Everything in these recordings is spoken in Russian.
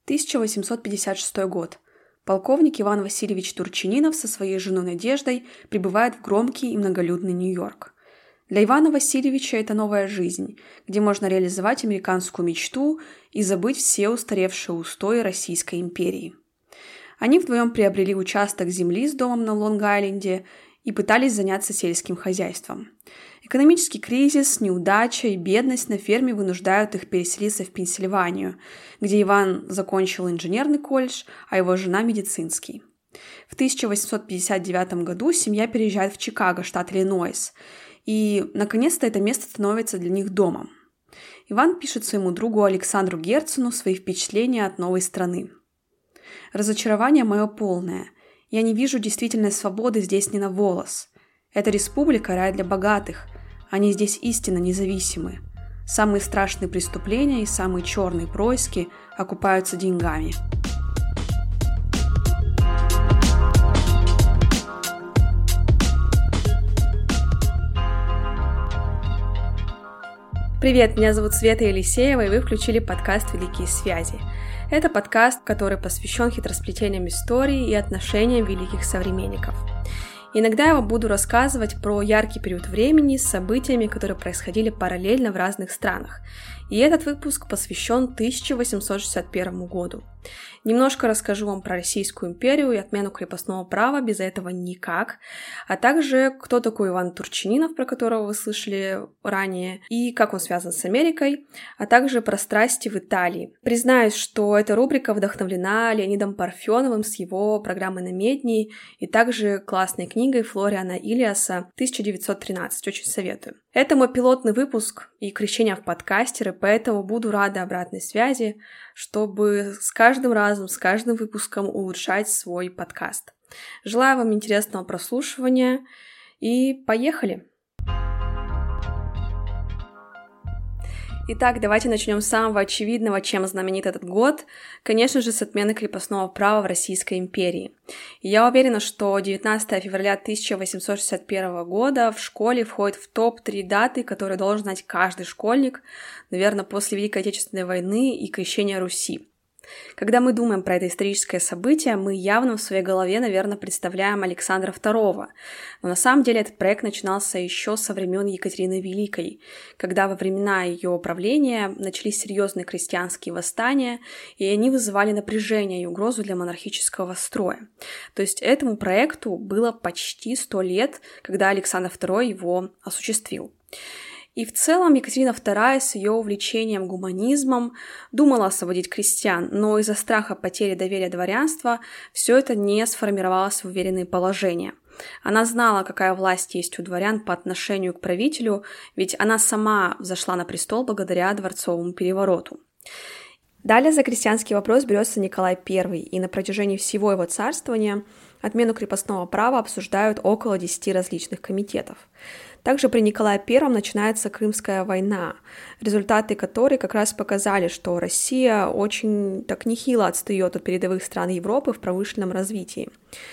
1856 год. Полковник Иван Васильевич Турчининов со своей женой Надеждой прибывает в громкий и многолюдный Нью-Йорк. Для Ивана Васильевича это новая жизнь, где можно реализовать американскую мечту и забыть все устаревшие устои Российской империи. Они вдвоем приобрели участок земли с домом на Лонг-Айленде и пытались заняться сельским хозяйством. Экономический кризис, неудача и бедность на ферме вынуждают их переселиться в Пенсильванию, где Иван закончил инженерный колледж, а его жена – медицинский. В 1859 году семья переезжает в Чикаго, штат Иллинойс, и, наконец-то, это место становится для них домом. Иван пишет своему другу Александру Герцену свои впечатления от новой страны. «Разочарование мое полное. Я не вижу действительной свободы здесь ни на волос. Эта республика – рай для богатых. Они здесь истинно независимы. Самые страшные преступления и самые черные происки окупаются деньгами». Привет, меня зовут Света Елисеева, и вы включили подкаст «Великие связи». Это подкаст, который посвящен хитросплетениям истории и отношениям великих современников. Иногда я вам буду рассказывать про яркий период времени с событиями, которые происходили параллельно в разных странах. И этот выпуск посвящен 1861 году. Немножко расскажу вам про Российскую империю и отмену крепостного права, без этого никак, а также кто такой Иван Турчининов, про которого вы слышали ранее, и как он связан с Америкой, а также про страсти в Италии. Признаюсь, что эта рубрика вдохновлена Леонидом Парфеновым с его программой «На медни» и также классной книгой Флориана Ильяса «1913». Очень советую. Это мой пилотный выпуск и крещение в подкастеры, поэтому буду рада обратной связи, чтобы с каждым разом, с каждым выпуском улучшать свой подкаст. Желаю вам интересного прослушивания и поехали! Итак, давайте начнем с самого очевидного, чем знаменит этот год, конечно же, с отмены крепостного права в Российской империи. И я уверена, что 19 февраля 1861 года в школе входит в топ-3 даты, которые должен знать каждый школьник, наверное, после Великой Отечественной войны и крещения Руси. Когда мы думаем про это историческое событие, мы явно в своей голове, наверное, представляем Александра II. Но на самом деле этот проект начинался еще со времен Екатерины Великой, когда во времена ее правления начались серьезные крестьянские восстания, и они вызывали напряжение и угрозу для монархического строя. То есть этому проекту было почти 100 лет, когда Александр II его осуществил. И в целом Екатерина II с ее увлечением гуманизмом думала освободить крестьян, но из-за страха потери доверия дворянства все это не сформировалось в уверенные положения. Она знала, какая власть есть у дворян по отношению к правителю, ведь она сама взошла на престол благодаря дворцовому перевороту. Далее за крестьянский вопрос берется Николай I, и на протяжении всего его царствования отмену крепостного права обсуждают около 10 различных комитетов. Также при Николае I начинается Крымская война, результаты которой как раз показали, что Россия очень так нехило отстает от передовых стран Европы в промышленном развитии.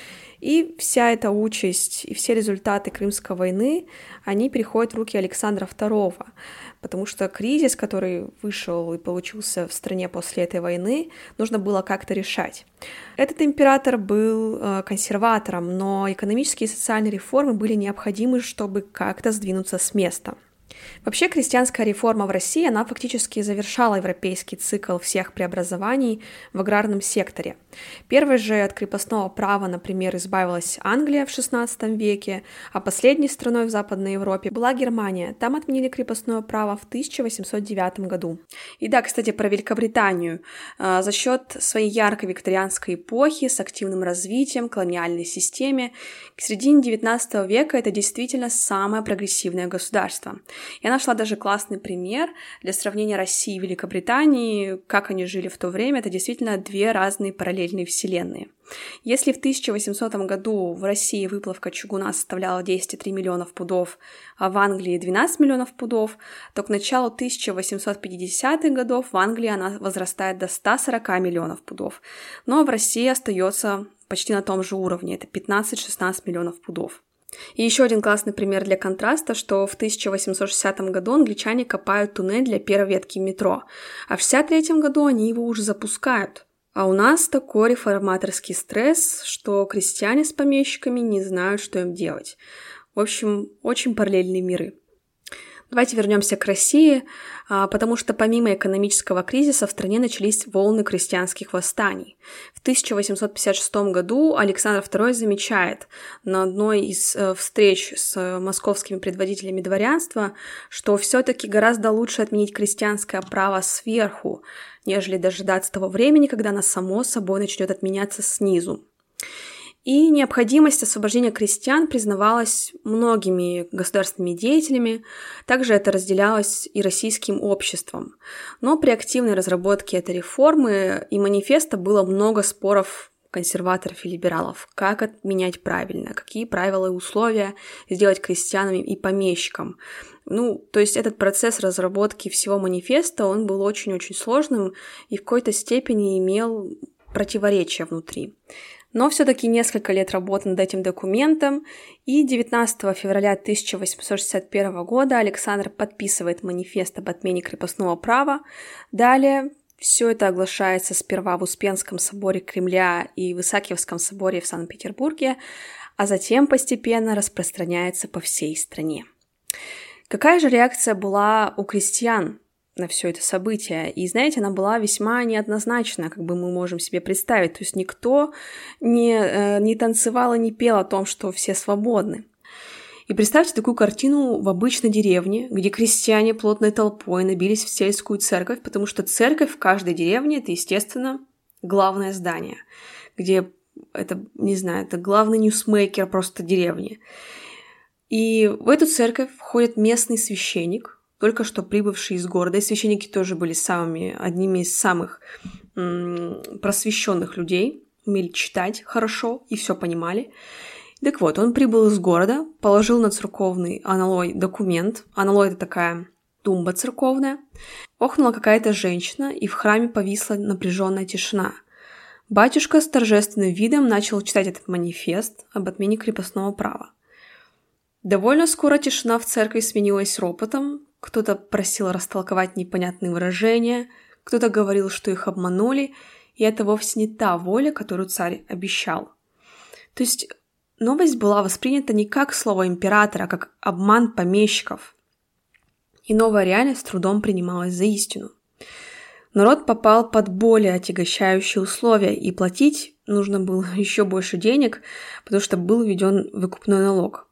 И вся эта участь и все результаты Крымской войны, они переходят в руки Александра II, потому что кризис, который вышел и получился в стране после этой войны, нужно было как-то решать. Этот император был консерватором, но экономические и социальные реформы были необходимы, чтобы как-то сдвинуться с места. Вообще, крестьянская реформа в России, она фактически завершала европейский цикл всех преобразований в аграрном секторе. Первой же от крепостного права, например, избавилась Англия в XVI веке, а последней страной в Западной Европе была Германия. Там отменили крепостное право в 1809 году. И да, кстати, про Великобританию. За счет своей яркой викторианской эпохи с активным развитием колониальной системы к середине XIX века это действительно самое прогрессивное государство. Я нашла даже классный пример для сравнения России и Великобритании, как они жили в то время. Это действительно две разные параллельные вселенные. Если в 1800 году в России выплавка чугуна составляла 10,3 миллионов пудов, а в Англии 12 миллионов пудов, то к началу 1850-х годов в Англии она возрастает до 140 миллионов пудов. Но в России остается почти на том же уровне, это 15-16 миллионов пудов. И еще один классный пример для контраста, что в 1860 году англичане копают туннель для первой ветки метро, а в 1963 году они его уже запускают. А у нас такой реформаторский стресс, что крестьяне с помещиками не знают, что им делать. В общем, очень параллельные миры. Давайте вернемся к России, потому что помимо экономического кризиса в стране начались волны крестьянских восстаний. В 1856 году Александр II замечает на одной из встреч с московскими предводителями дворянства, что все-таки гораздо лучше отменить крестьянское право сверху, нежели дожидаться того времени, когда оно само собой начнет отменяться снизу. И необходимость освобождения крестьян признавалась многими государственными деятелями, также это разделялось и российским обществом. Но при активной разработке этой реформы и манифеста было много споров консерваторов и либералов, как отменять правильно, какие правила и условия сделать крестьянам и помещикам. То есть этот процесс разработки всего манифеста, он был очень-очень сложным и в какой-то степени имел противоречия внутри. Но все-таки несколько лет работы над этим документом, и 19 февраля 1861 года Александр подписывает манифест об отмене крепостного права. Далее все это оглашается сперва в Успенском соборе Кремля и в Исаакиевском соборе в Санкт-Петербурге, а затем постепенно распространяется по всей стране. Какая же реакция была у крестьян на все это событие? И, знаете, она была весьма неоднозначна, как бы мы можем себе представить. То есть никто не танцевал и не пел о том, что все свободны. И представьте такую картину в обычной деревне, где крестьяне плотной толпой набились в сельскую церковь, потому что церковь в каждой деревне — это, естественно, главное здание, где это главный ньюсмейкер просто деревни. И в эту церковь входит местный священник, только что прибывшие из города, и священники тоже были одними из самых просвещенных людей, умели читать хорошо и все понимали. Так вот, он прибыл из города, положил на церковный аналой документ. Аналой — это такая тумба церковная. Охнула какая-то женщина, и в храме повисла напряженная тишина. Батюшка с торжественным видом начал читать этот манифест об отмене крепостного права. Довольно скоро тишина в церкви сменилась ропотом. Кто-то просил растолковать непонятные выражения, кто-то говорил, что их обманули, и это вовсе не та воля, которую царь обещал. То есть новость была воспринята не как слово императора, а как обман помещиков. И новая реальность с трудом принималась за истину. Народ попал под более отягощающие условия, и платить нужно было еще больше денег, потому что был введен выкупной налог.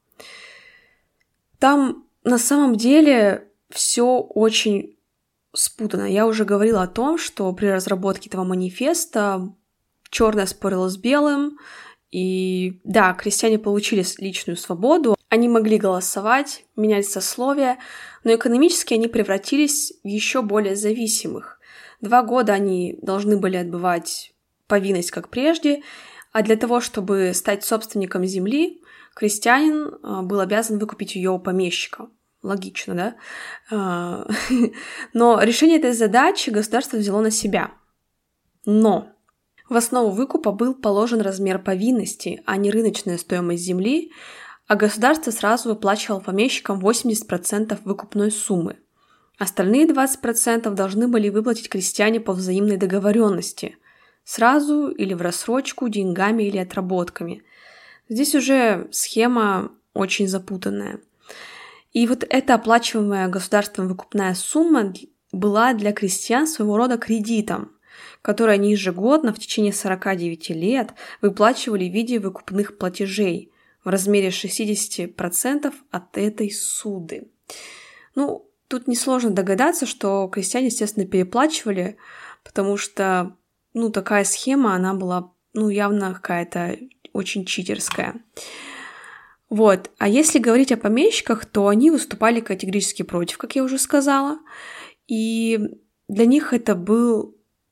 Там на самом деле все очень спутано. Я уже говорила о том, что при разработке этого манифеста черное спорило с белым, и да, крестьяне получили личную свободу, они могли голосовать, менять сословия, но экономически они превратились в еще более зависимых. 2 года они должны были отбывать повинность, как прежде, а для того, чтобы стать собственником земли, крестьянин был обязан выкупить ее у помещика. Логично, да? Но решение этой задачи государство взяло на себя. Но в основу выкупа был положен размер повинности, а не рыночная стоимость земли, а государство сразу выплачивало помещикам 80% выкупной суммы. Остальные 20% должны были выплатить крестьяне по взаимной договоренности, сразу или в рассрочку, деньгами или отработками. Здесь уже схема очень запутанная. И вот эта оплачиваемая государством выкупная сумма была для крестьян своего рода кредитом, который они ежегодно в течение 49 лет выплачивали в виде выкупных платежей в размере 60% от этой суды. Тут несложно догадаться, что крестьяне, естественно, переплачивали, потому что, такая схема, она была, явно какая-то очень читерская. Вот. А если говорить о помещиках, то они выступали категорически против, как я уже сказала. И для них это было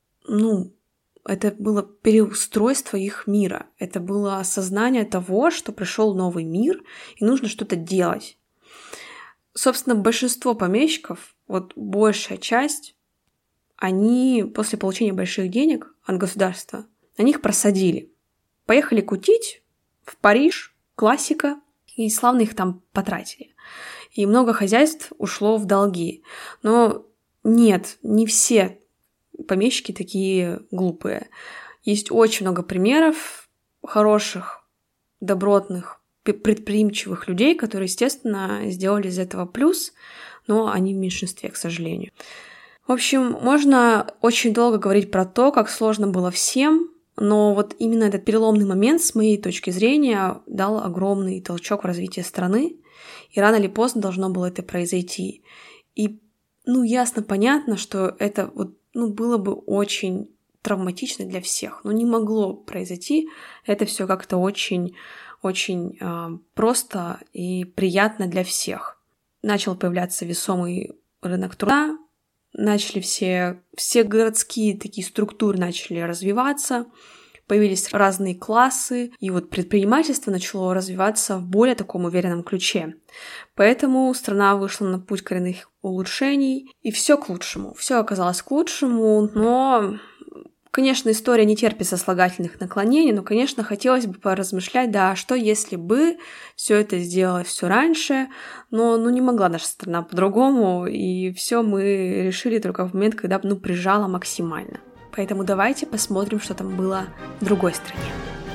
переустройство их мира. Это было осознание того, что пришел новый мир, и нужно что-то делать. Собственно, большинство помещиков, большая часть, они после получения больших денег от государства, на них просадили. Поехали кутить в Париж, классика, и славно их там потратили. И много хозяйств ушло в долги. Но нет, не все помещики такие глупые. Есть очень много примеров хороших, добротных, предприимчивых людей, которые, естественно, сделали из этого плюс, но они в меньшинстве, к сожалению. В общем, можно очень долго говорить про то, как сложно было всем, но вот именно этот переломный момент, с моей точки зрения, дал огромный толчок в развитии страны, и рано или поздно должно было это произойти. И, ясно, понятно, что это было бы очень травматично для всех, но не могло произойти. Это все как-то очень просто и приятно для всех. Начал появляться весомый рынок труда, начали все городские такие структуры начали развиваться, появились разные классы, и вот предпринимательство начало развиваться в более таком уверенном ключе. Поэтому страна вышла на путь коренных улучшений, и все к лучшему, все оказалось к лучшему, но... Конечно, история не терпит сослагательных наклонений, но, конечно, хотелось бы поразмышлять, что если бы все это сделалось все раньше, но не могла наша страна по-другому, и все мы решили только в момент, когда прижало максимально. Поэтому давайте посмотрим, что там было в другой стране.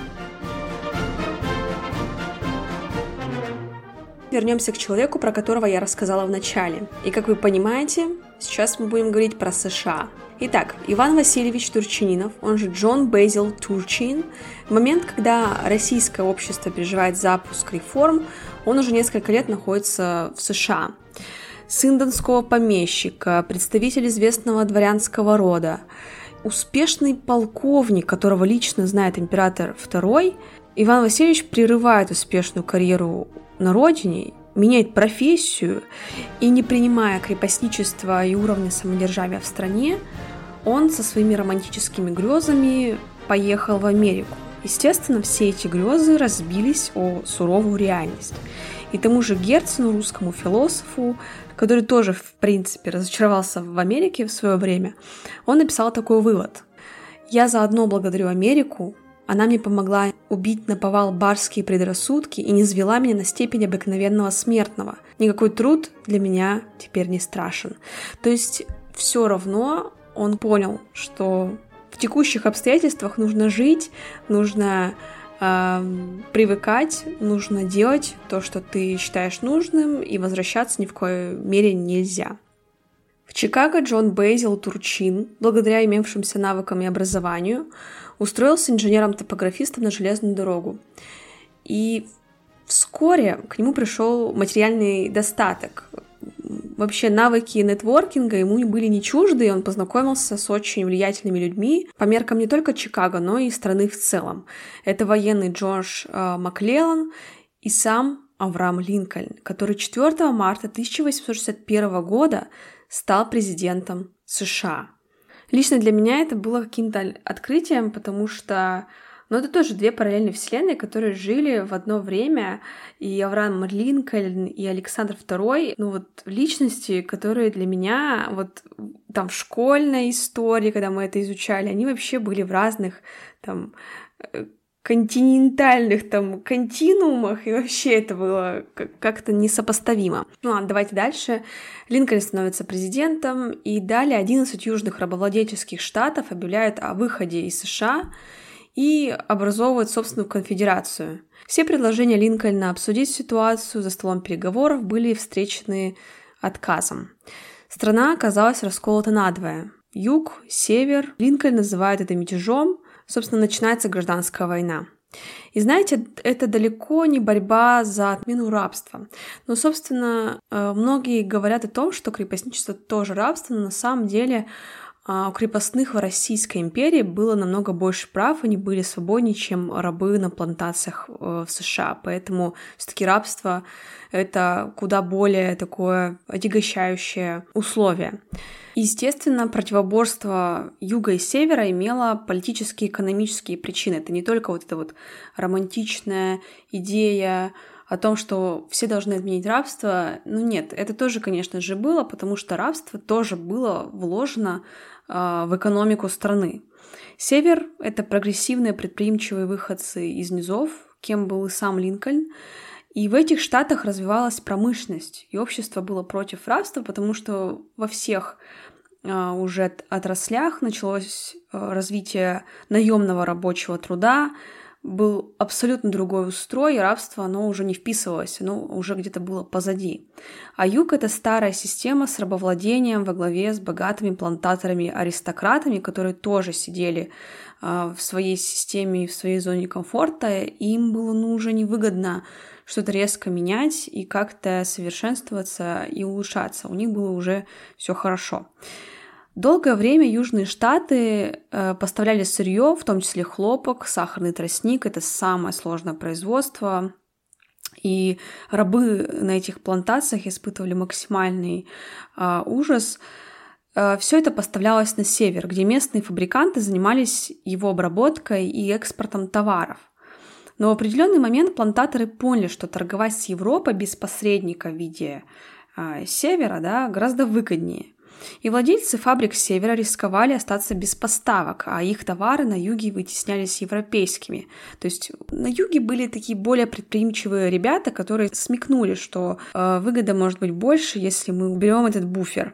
Вернемся к человеку, про которого я рассказала в начале. И, как вы понимаете, сейчас мы будем говорить про США. Итак, Иван Васильевич Турчининов, он же Джон Бэзил Турчин, в момент, когда российское общество переживает запуск реформ, он уже несколько лет находится в США. Сын донского помещика, представитель известного дворянского рода, успешный полковник, которого лично знает император II, Иван Васильевич прерывает успешную карьеру на родине, меняет профессию и, не принимая крепостничества и уровня самодержавия в стране, он со своими романтическими грезами поехал в Америку. Естественно, все эти грезы разбились о суровую реальность. И тому же Герцену, русскому философу, который тоже, в принципе, разочаровался в Америке в свое время, он написал такой вывод. «Я заодно благодарю Америку. Она мне помогла убить наповал барские предрассудки и низвела меня на степень обыкновенного смертного. Никакой труд для меня теперь не страшен». То есть все равно он понял, что в текущих обстоятельствах нужно жить, нужно привыкать, нужно делать то, что ты считаешь нужным, и возвращаться ни в коей мере нельзя. В Чикаго Джон Бэзил Турчин, благодаря имевшимся навыкам и образованию, устроился инженером-топографистом на железную дорогу. И вскоре к нему пришел материальный достаток. Вообще навыки нетворкинга ему были не чужды, и он познакомился с очень влиятельными людьми по меркам не только Чикаго, но и страны в целом. Это военный Джордж Маклеллан и сам Авраам Линкольн, который 4 марта 1861 года стал президентом США. Лично для меня это было каким-то открытием, потому что это тоже две параллельные вселенные, которые жили в одно время, и Авраам Линкольн, и Александр II, личности, которые для меня в школьной истории, когда мы это изучали, они вообще были в разных континентальных континуумах, и вообще это было как-то несопоставимо. Давайте дальше. Линкольн становится президентом, и далее 11 южных рабовладельческих штатов объявляют о выходе из США и образовывают собственную конфедерацию. Все предложения Линкольна обсудить ситуацию за столом переговоров были встречены отказом. Страна оказалась расколота надвое. Юг, север. Линкольн называет это мятежом. Собственно, начинается гражданская война. И знаете, это далеко не борьба за отмену рабства. Но, собственно, многие говорят о том, что крепостничество тоже рабство, но на самом деле у крепостных в Российской империи было намного больше прав, они были свободнее, чем рабы на плантациях в США. Поэтому все-таки рабство — это куда более такое отягощающее условие. Естественно, противоборство юга и севера имело политические и экономические причины. Это не только эта романтичная идея о том, что все должны отменить рабство. Нет, это тоже, конечно же, было, потому что рабство тоже было вложено в экономику страны. Север — это прогрессивные предприимчивые выходцы из низов, кем был и сам Линкольн. И в этих штатах развивалась промышленность, и общество было против рабства, потому что во всех уже отраслях началось развитие наемного рабочего труда, был абсолютно другой устрой, и рабство, оно уже не вписывалось, оно уже где-то было позади. А юг — это старая система с рабовладением во главе с богатыми плантаторами-аристократами, которые тоже сидели в своей системе и в своей зоне комфорта, и им было уже невыгодно что-то резко менять и как-то совершенствоваться и улучшаться. У них было уже все хорошо. Долгое время Южные Штаты поставляли сырье, в том числе хлопок, сахарный тростник. Это самое сложное производство. И рабы на этих плантациях испытывали максимальный ужас. Все это поставлялось на север, где местные фабриканты занимались его обработкой и экспортом товаров. Но в определенный момент плантаторы поняли, что торговать с Европой без посредника в виде севера, гораздо выгоднее. И владельцы фабрик с севера рисковали остаться без поставок, а их товары на юге вытеснялись европейскими. То есть на юге были такие более предприимчивые ребята, которые смекнули, что выгода может быть больше, если мы уберем этот буфер.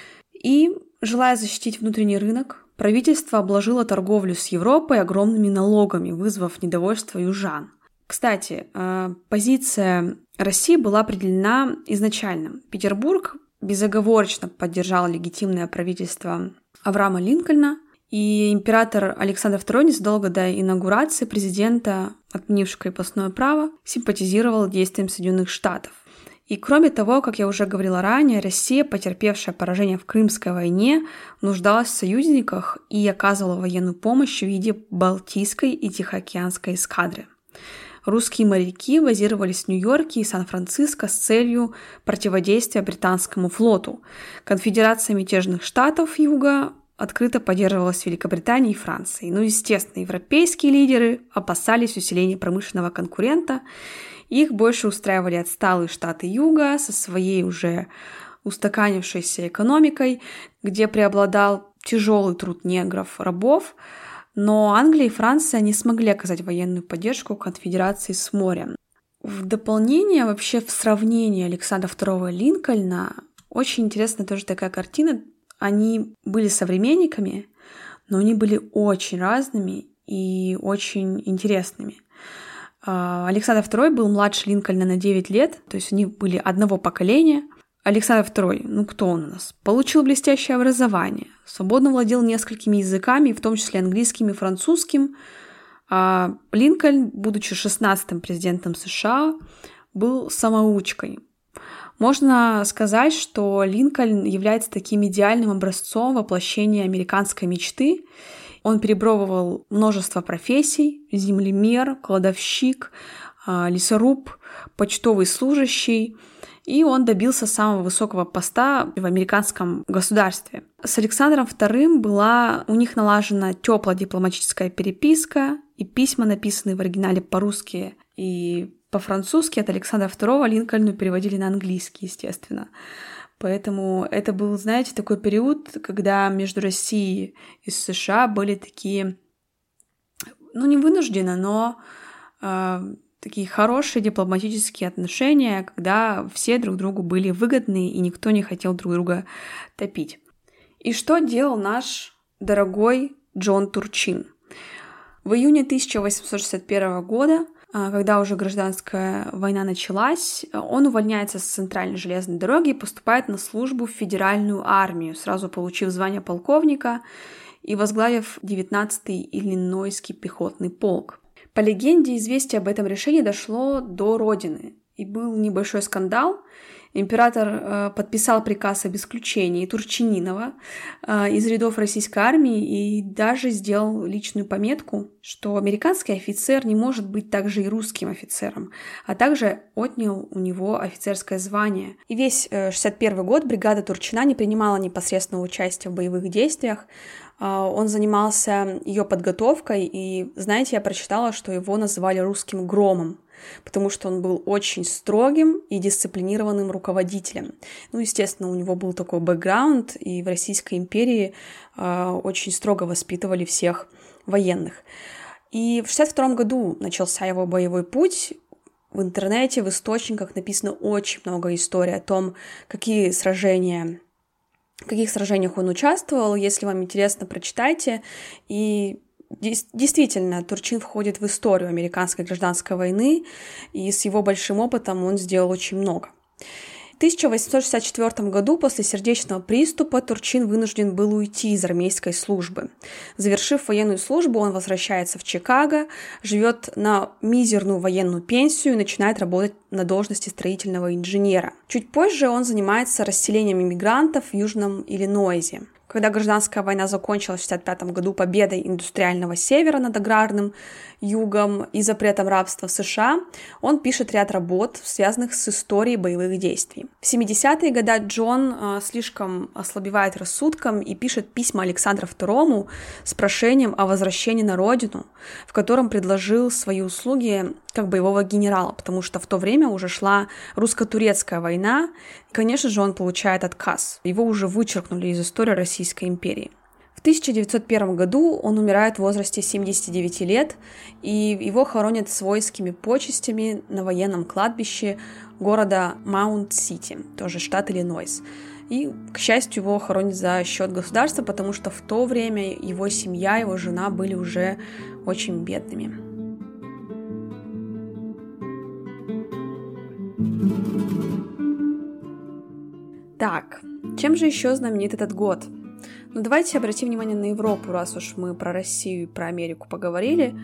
И, желая защитить внутренний рынок, правительство обложило торговлю с Европой огромными налогами, вызвав недовольство южан. Кстати, позиция России была определена изначально. Петербург безоговорочно поддержал легитимное правительство Авраама Линкольна, и император Александр II незадолго до инаугурации президента, отменившего крепостное право, симпатизировал действиям Соединенных Штатов. И кроме того, как я уже говорила ранее, Россия, потерпевшая поражение в Крымской войне, нуждалась в союзниках и оказывала военную помощь в виде Балтийской и Тихоокеанской эскадры. Русские моряки базировались в Нью-Йорке и Сан-Франциско с целью противодействия британскому флоту. Конфедерация мятежных штатов Юга открыто поддерживалась Великобританией и Францией. Естественно, европейские лидеры опасались усиления промышленного конкурента. Их больше устраивали отсталые штаты Юга со своей уже устаканившейся экономикой, где преобладал тяжелый труд негров, рабов. Но Англия и Франция не смогли оказать военную поддержку конфедерации с морем. В дополнение, вообще в сравнении Александра II и Линкольна, очень интересна тоже такая картина. Они были современниками, но они были очень разными и очень интересными. Александр II был младше Линкольна на 9 лет, то есть они были одного поколения. Александр II, кто он у нас? Получил блестящее образование, свободно владел несколькими языками, в том числе английским и французским. А Линкольн, будучи 16-м президентом США, был самоучкой. Можно сказать, что Линкольн является таким идеальным образцом воплощения американской мечты. Он перепробовал множество профессий: землемер, кладовщик, лесоруб, почтовый служащий, и он добился самого высокого поста в американском государстве. С Александром II была у них налажена теплая дипломатическая переписка, и письма, написанные в оригинале по-русски и по-французски, от Александра II Линкольну переводили на английский, естественно. Поэтому это был, знаете, такой период, когда между Россией и США были такие, не вынужденно, но такие хорошие дипломатические отношения, когда все друг другу были выгодны и никто не хотел друг друга топить. И что делал наш дорогой Джон Турчин? В июне 1861 года, когда уже гражданская война началась, он увольняется с Центральной железной дороги и поступает на службу в Федеральную армию, сразу получив звание полковника и возглавив 19-й Иллинойский пехотный полк. По легенде, известие об этом решении дошло до родины, и был небольшой скандал. Император подписал приказ об исключении Турчининова из рядов российской армии и даже сделал личную пометку, что американский офицер не может быть также и русским офицером, а также отнял у него офицерское звание. И весь 61 год бригада Турчина не принимала непосредственного участия в боевых действиях. Он занимался ее подготовкой, и, знаете, я прочитала, что его называли русским громом, потому что он был очень строгим и дисциплинированным руководителем. Естественно, у него был такой бэкграунд, и в Российской империи очень строго воспитывали всех военных. И в 1962 году начался его боевой путь. В интернете, в источниках написано очень много историй о том, какие сражения в каких сражениях он участвовал. Если вам интересно, прочитайте. И действительно, Турчин входит в историю американской гражданской войны, и с его большим опытом он сделал очень много. В 1864 году после сердечного приступа Турчин вынужден был уйти из армейской службы. Завершив военную службу, он возвращается в Чикаго, живет на мизерную военную пенсию и начинает работать на должности строительного инженера. Чуть позже он занимается расселением иммигрантов в Южном Иллинойсе. Когда гражданская война закончилась в 1965 году победой индустриального севера над аграрным югом и запретом рабства в США, он пишет ряд работ, связанных с историей боевых действий. В 70-е годы Джон слишком ослабевает рассудком и пишет письма Александру II с прошением о возвращении на родину, в котором предложил свои услуги как боевого генерала, потому что в то время уже шла русско-турецкая война. И, конечно же, он получает отказ. Его уже вычеркнули из истории Российской империи. В 1901 году он умирает в возрасте 79 лет, и его хоронят с воинскими почестями на военном кладбище города Маунт-Сити, тоже штат Иллинойс. И, к счастью, его хоронят за счет государства, потому что в то время его семья, его жена были уже очень бедными. Так, чем же еще знаменит этот год? Ну, давайте обратим внимание на Европу, раз уж мы про Россию и про Америку поговорили,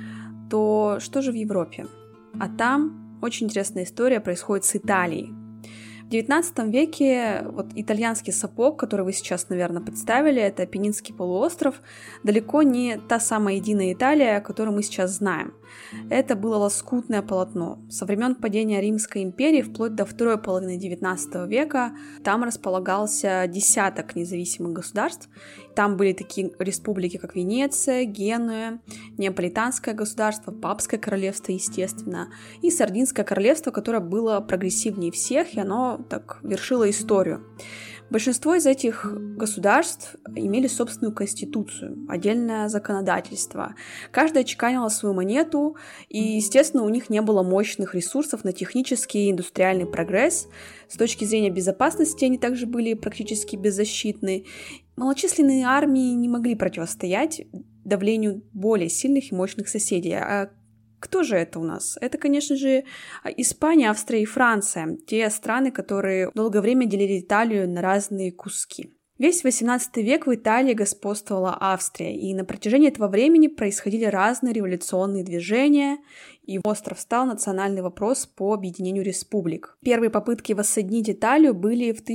то что же в Европе? А там очень интересная история происходит с Италией. В XIX веке вот итальянский сапог, который вы сейчас, наверное, представили, это Апеннинский полуостров, далеко не та самая единая Италия, которую мы сейчас знаем. Это было лоскутное полотно. Со времен падения Римской империи вплоть до второй половины XIX века там располагался десяток независимых государств. Там были такие республики, как Венеция, Генуя, Неаполитанское государство, Папское королевство, естественно, и Сардинское королевство, которое было прогрессивнее всех, и оно так вершило историю. Большинство из этих государств имели собственную конституцию, отдельное законодательство. Каждая чеканила свою монету, и, естественно, у них не было мощных ресурсов на технический и индустриальный прогресс. С точки зрения безопасности они также были практически беззащитны. Малочисленные армии не могли противостоять давлению более сильных и мощных соседей. А кто же это у нас? Это, конечно же, Испания, Австрия и Франция, те страны, которые долгое время делили Италию на разные куски. Весь XVIII век в Италии господствовала Австрия, и на протяжении этого времени происходили разные революционные движения, и остро встал национальный вопрос по объединению республик. Первые попытки воссоединить Италию были в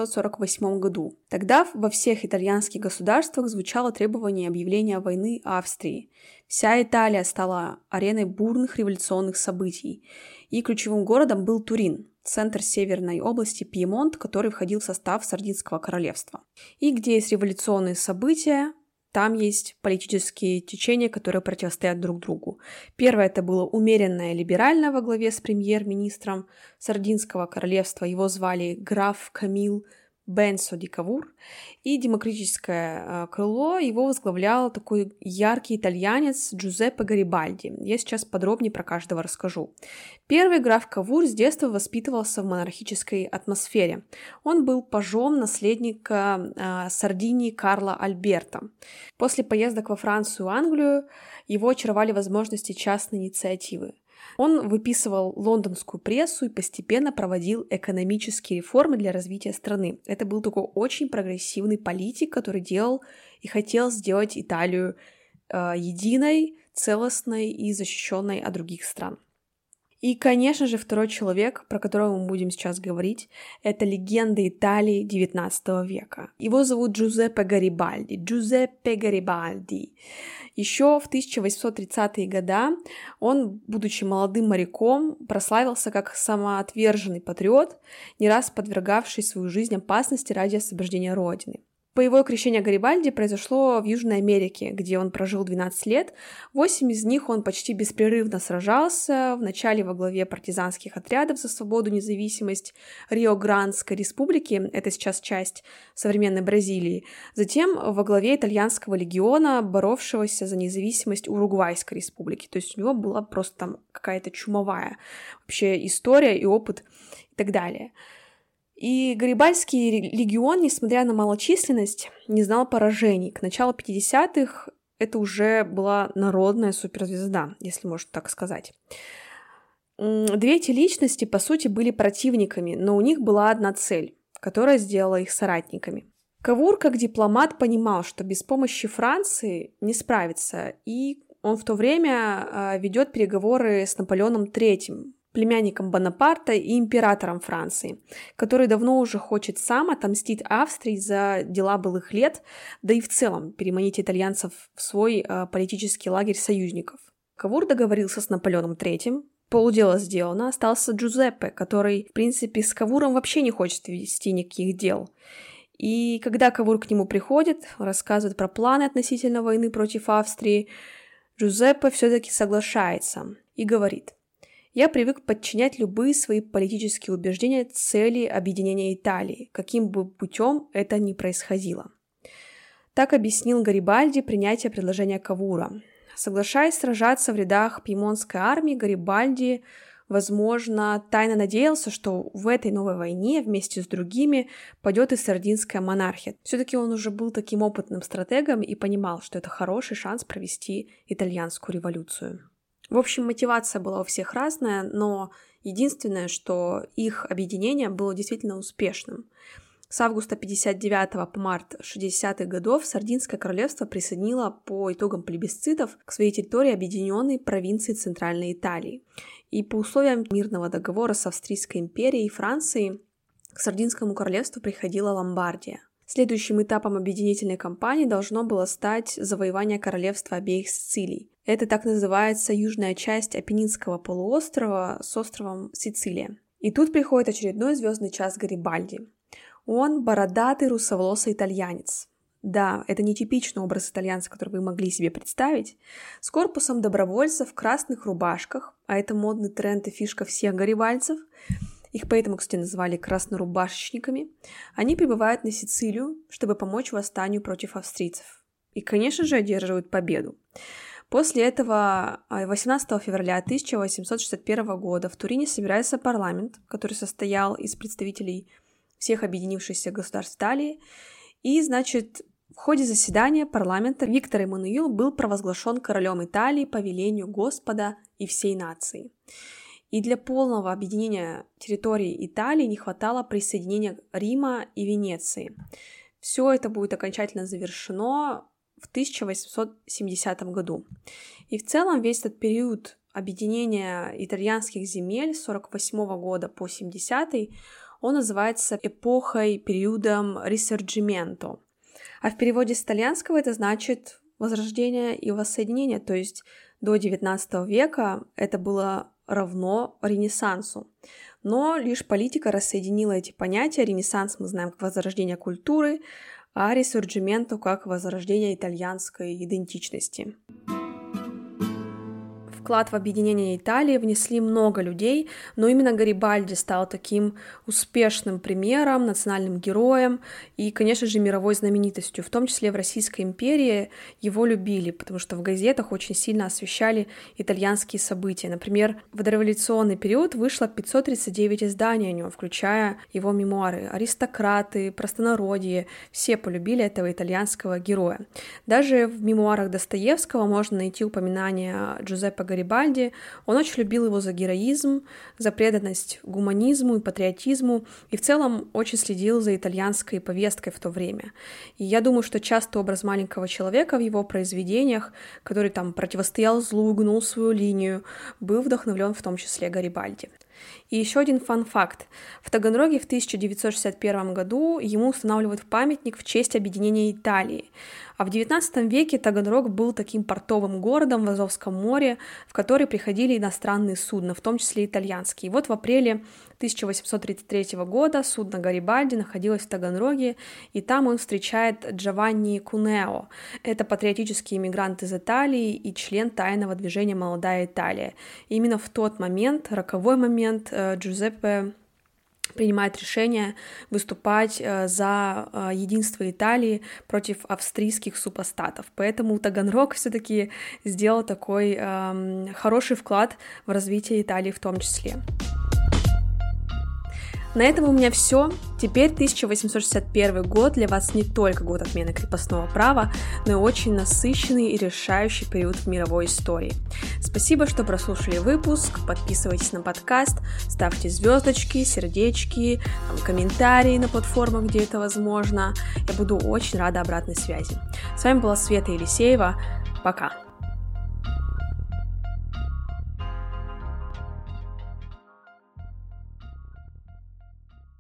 1848 году. Тогда во всех итальянских государствах звучало требование объявления войны Австрии. Вся Италия стала ареной бурных революционных событий, и ключевым городом был Турин, центр северной области Пьемонт, который входил в состав Сардинского королевства. И где есть революционные события, там есть политические течения, которые противостоят друг другу. Первое это было умеренное либеральное во главе с премьер-министром Сардинского королевства. Его звали граф Камил Бенсо ди Кавур, и демократическое крыло его возглавлял такой яркий итальянец Джузеппе Гарибальди. Я сейчас подробнее про каждого расскажу. Первый граф Кавур с детства воспитывался в монархической атмосфере. Он был пажом наследника Сардинии Карла Альберта. После поездок во Францию и Англию его очаровали возможности частной инициативы. Он выписывал лондонскую прессу и постепенно проводил экономические реформы для развития страны. Это был такой очень прогрессивный политик, который делал и хотел сделать Италию единой, целостной и защищенной от других стран. И, конечно же, второй человек, про которого мы будем сейчас говорить, это легенда Италии XIX века. Его зовут Джузеппе Гарибальди. Джузеппе Гарибальди. Еще в 1830-е годы он, будучи молодым моряком, прославился как самоотверженный патриот, не раз подвергавший свою жизнь опасности ради освобождения Родины. Боевое крещение Гарибальди произошло в Южной Америке, где он прожил 12 лет. 8 из них он почти беспрерывно сражался, вначале во главе партизанских отрядов за свободу и независимость Рио-Грандской республики, это сейчас часть современной Бразилии, затем во главе итальянского легиона, боровшегося за независимость Уругвайской республики. То есть у него была просто там какая-то чумовая вообще история и опыт и так далее. И Гарибальдский легион, несмотря на малочисленность, не знал поражений. К началу 50-х это уже была народная суперзвезда, если можно так сказать. Две эти личности, по сути, были противниками, но у них была одна цель, которая сделала их соратниками. Кавур, как дипломат, понимал, что без помощи Франции не справится, и он в то время ведет переговоры с Наполеоном III, племянником Бонапарта и императором Франции, который давно уже хочет сам отомстить Австрии за дела былых лет, да и в целом переманить итальянцев в свой политический лагерь союзников. Кавур договорился с Наполеоном III, полудела сделано, остался Джузеппе, который, в принципе, с Кавуром вообще не хочет вести никаких дел. И когда Кавур к нему приходит, рассказывает про планы относительно войны против Австрии, Джузеппе все-таки соглашается и говорит: «Я привык подчинять любые свои политические убеждения цели объединения Италии, каким бы путем это ни происходило». Так объяснил Гарибальди принятие предложения Кавура. Соглашаясь сражаться в рядах пьемонтской армии, Гарибальди, возможно, тайно надеялся, что в этой новой войне вместе с другими пойдет и сардинская монархия. Все-таки он уже был таким опытным стратегом и понимал, что это хороший шанс провести итальянскую революцию. В общем, мотивация была у всех разная, но единственное, что их объединение было действительно успешным. С августа 59 по март 60-х годов Сардинское королевство присоединило по итогам плебисцитов к своей территории объединенные провинции Центральной Италии. И по условиям мирного договора с Австрийской империей и Францией к Сардинскому королевству приходила Ломбардия. Следующим этапом объединительной кампании должно было стать завоевание королевства обеих Сицилий. Это так называется южная часть Апеннинского полуострова с островом Сицилия. И тут приходит очередной звездный час Гарибальди. Он бородатый русоволосый итальянец. Да, это не типичный образ итальянца, который вы могли себе представить. С корпусом добровольцев в красных рубашках, а это модный тренд и фишка всех гарибальцев. Их поэтому, кстати, называли краснорубашечниками. Они прибывают на Сицилию, чтобы помочь восстанию против австрийцев. И, конечно же, одерживают победу. После этого 18 февраля 1861 года в Турине собирается парламент, который состоял из представителей всех объединившихся государств Италии. И, значит, в ходе заседания парламента Виктор Эммануил был провозглашен королем Италии по велению Господа и всей нации. И для полного объединения территории Италии не хватало присоединения Рима и Венеции. Все это будет окончательно завершено в 1870 году. И в целом весь этот период объединения итальянских земель с 48 года по 70-й он называется эпохой, периодом Рисорджименто. А в переводе с итальянского это значит возрождение и воссоединение, то есть до XIX века это было равно Ренессансу. Но лишь политика рассоединила эти понятия. Ренессанс мы знаем как возрождение культуры, а Рисорджименто как возрождение итальянской идентичности. Вклад в объединение Италии внесли много людей, но именно Гарибальди стал таким успешным примером, национальным героем и, конечно же, мировой знаменитостью. В том числе в Российской империи его любили, потому что в газетах очень сильно освещали итальянские события. Например, в дореволюционный период вышло 539 изданий о нем, включая его мемуары. Аристократы, простонародье — все полюбили этого итальянского героя. Даже в мемуарах Достоевского можно найти упоминание Джузеппе Гарибальди. Он очень любил его за героизм, за преданность гуманизму и патриотизму, и в целом очень следил за итальянской повесткой в то время. И я думаю, что часто образ маленького человека в его произведениях, который там противостоял злу, гнул свою линию, был вдохновлен в том числе Гарибальди. И еще один фан-факт. В Таганроге в 1961 году ему устанавливают памятник в честь объединения Италии. А в XIX веке Таганрог был таким портовым городом в Азовском море, в который приходили иностранные судна, в том числе итальянские. И вот в апреле 1833 года судно Гарибальди находилось в Таганроге, и там он встречает Джованни Кунео. Это патриотический иммигрант из Италии и член тайного движения «Молодая Италия». И именно в тот момент, роковой момент, Джузеппе принимает решение выступать за единство Италии против австрийских супостатов. Поэтому Таганрог все-таки сделал такой хороший вклад в развитие Италии в том числе. На этом у меня все. Теперь 1861 год для вас не только год отмены крепостного права, но и очень насыщенный и решающий период в мировой истории. Спасибо, что прослушали выпуск. Подписывайтесь на подкаст, ставьте звездочки, сердечки, комментарии на платформах, где это возможно. Я буду очень рада обратной связи. С вами была Света Елисеева. Пока!